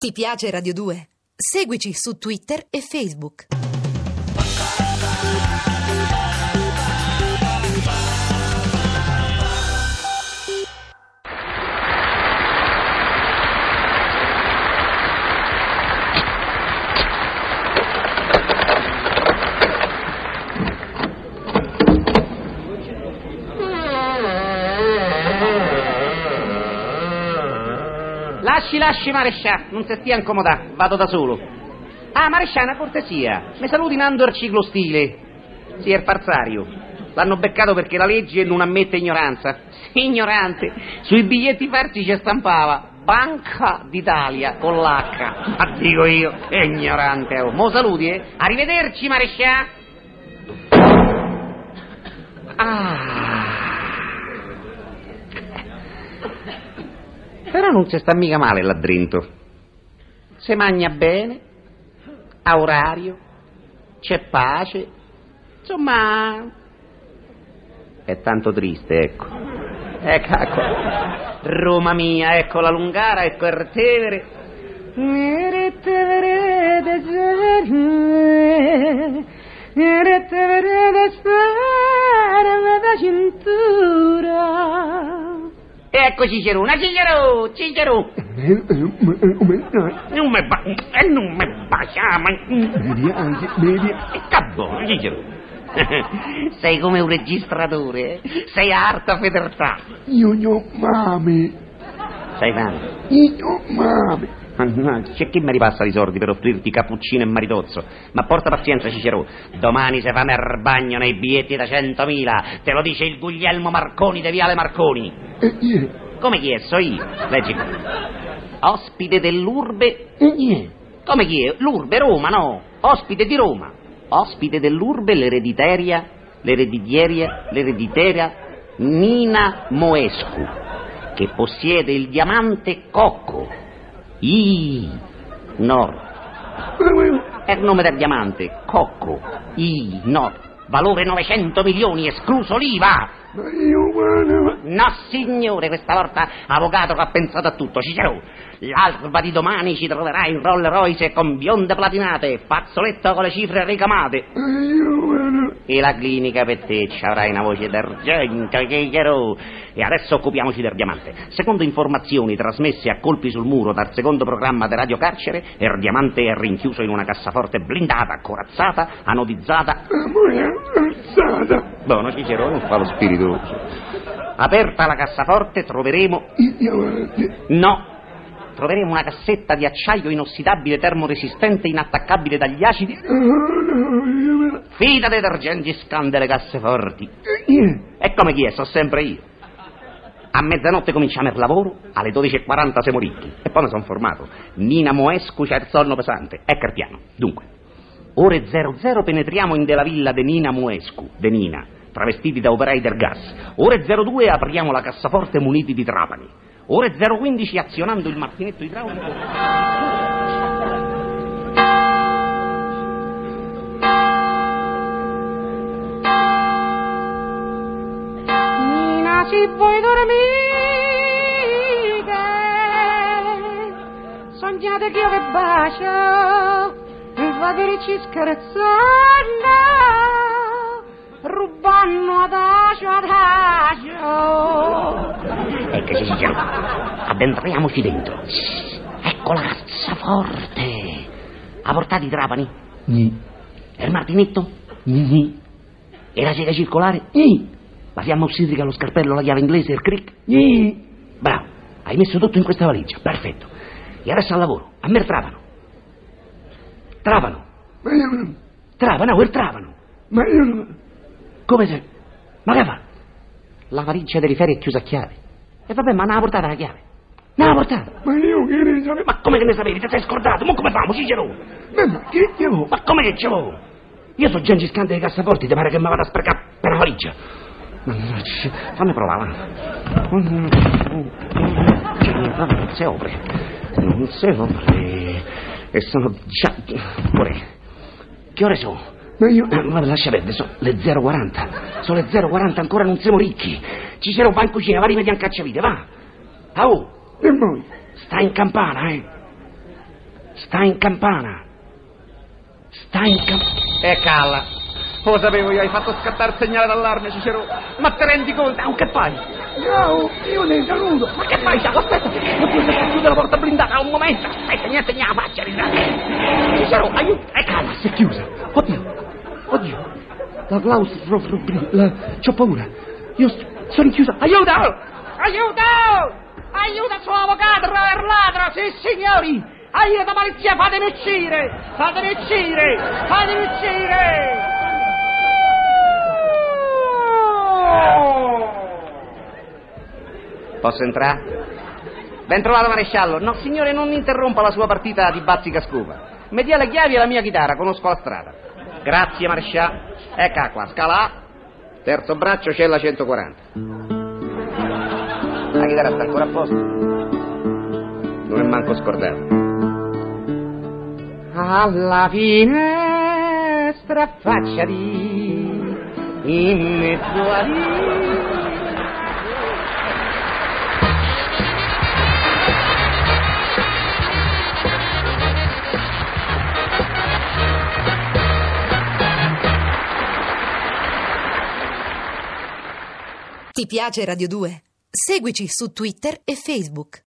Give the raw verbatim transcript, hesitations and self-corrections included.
Ti piace Radio due? Seguici su Twitter e Facebook. Lasci, lasci, marescià, non si stia incomodà, vado da solo. Ah, marescià, una cortesia, mi saluti Nando ciclostile. Sì, è il falsario. L'hanno beccato perché la legge non ammette ignoranza. Sì, ignorante, sui biglietti farsi ci stampava Banca d'Italia con l'H. Ma dico io, che ignorante. Oh. Mo saluti, eh? Arrivederci, marescià. Ah... Però non si sta mica male là dentro. Se mangia bene, a orario, c'è pace. Insomma, è tanto triste, ecco. Ecco, ecco. Roma mia, ecco la Lungara, ecco il Tevere. Il Tevere da cintura. Ecco Cicero, una Cicero, Cicero. Non me ba... E non me bacia, ma... Vedi anche, vedi... E cabbo, Cicero. Sei come un registratore, eh? Sei arta fedeltà. Io no mame. Sei fame? Io mame. C'è chi mi ripassa i soldi per offrirti cappuccino e maritozzo. Ma porta pazienza, Cicero. Domani se fa mer bagno nei biglietti da centomila. Te lo dice il Guglielmo Marconi de Viale Marconi. E chi è? Come chi è? So io. Leggi qua. Ospite dell'urbe. E chi è? Come chi è? L'urbe, Roma, no. Ospite di Roma. Ospite dell'urbe l'erediteria, l'erediteria, l'erediteria Nina Moescu, che possiede il diamante Cocco. I Nord. È il nome del diamante, Cocco. I Nord. Valore novecento milioni, escluso l'I V A. Ma io guarda... No signore, questa volta avvocato che ha pensato a tutto. Cicero, l'alba di domani ci troverai in Rolls Royce con bionde platinate, fazzoletto con le cifre ricamate. Ma io guarda... E la clinica per te ci avrai una voce d'argento, Cicero. E adesso occupiamoci del diamante. Secondo informazioni trasmesse a colpi sul muro dal secondo programma di Radio Carcere, il diamante è rinchiuso in una cassaforte blindata, corazzata, anodizzata. Amore, Buono, Cicero, non fa lo spiritoso. Aperta la cassaforte troveremo... il diamante. No, troveremo una cassetta di acciaio inossidabile, termoresistente, inattaccabile dagli acidi. Fida detergenti scande le casseforti. E chi è? E come chi è? So sempre io. A mezzanotte cominciamo il lavoro, alle dodici e quaranta siamo ricchi. E poi mi sono formato. Nina Moescu c'ha il sonno pesante. Ecco il piano. Dunque, ore zero zero penetriamo in della villa de Nina Moescu, de Nina, travestiti da operai del gas. Ore zero due apriamo la cassaforte muniti di trapani. Ore zero quindici azionando il martinetto idraulico. Nina, se vuoi dormire, sognate che io vi bacio, mi fate ci scherzando, rubando adagio adagio. Eccoci, Cicero. Addentriamoci dentro. Ecco la cassaforte. Ha portato i trapani? Ni. E il martinetto? Ni. E la sega circolare? Ni. La fiamma ossidrica, lo scarpello, la chiave inglese e il crick? Ni. Bravo. Hai messo tutto in questa valigia. Perfetto. E adesso al lavoro. A me il trapano. Trapano. Ma io non... Trapano, quel trapano. Ma io non... Come se... Ma che fa? La valigia dei riferi è chiusa a chiave. E vabbè, ma non ha portata la chiave. Non l'ha portata. Ma io che ne sapevo? Ma come che ne sapevi? Ti sei scordato? Ma come famo, Cicero? Ma, ma che ti avevo? Ma come che c'avevo? Io sono Gengi Scante dei cassaforti, ti pare che mi vada a sprecare per la valigia? Fammi provare. Non si apre. Non si apre. E sono già... Pure. Che ore sono? Ma io... Eh, ma lascia perdere, sono le zero quaranta. Sono le zero quaranta, ancora non siamo ricchi. Ci c'era un po' in cucina, va rimediamo cacciavite, va. Ah, oh. E poi? Sta in campana, eh. Sta in campana. Sta in campana. E calla. Lo sapevo io, hai fatto scattare il segnale d'allarme, Cicero. Ma te rendi conto? Oh, che fai? No, io ne saluto. Ma che fai, Ciao? Aspetta, non puoi chiudere la porta blindata, un momento. Aspetta, niente, niente, faccia, risate. Cicero, aiuto. E calla, si è chiusa. Oddio, oddio. La claustrofobia, c'ho paura. Io sono chiusa. Aiuto! Aiuto! Aiuto il suo avvocato, Robert Ladro! Sì, signori! Aiuto, polizia, fatemi uccidere! Fatemi uccidere! Fatemi uccidere! Posso entrare? Ben trovato, maresciallo. No, signore, non interrompa la sua partita di bazzicascopa. Mi dia le chiavi e la mia chitarra, conosco la strada. Grazie, maresciallo. Ecco qua, scala A, terzo braccio, cella centoquaranta. La chitarra sta ancora a posto? Non è manco scordata. Alla finestra affacciati in mezzo a lì. Ti piace Radio due? Seguici su Twitter e Facebook.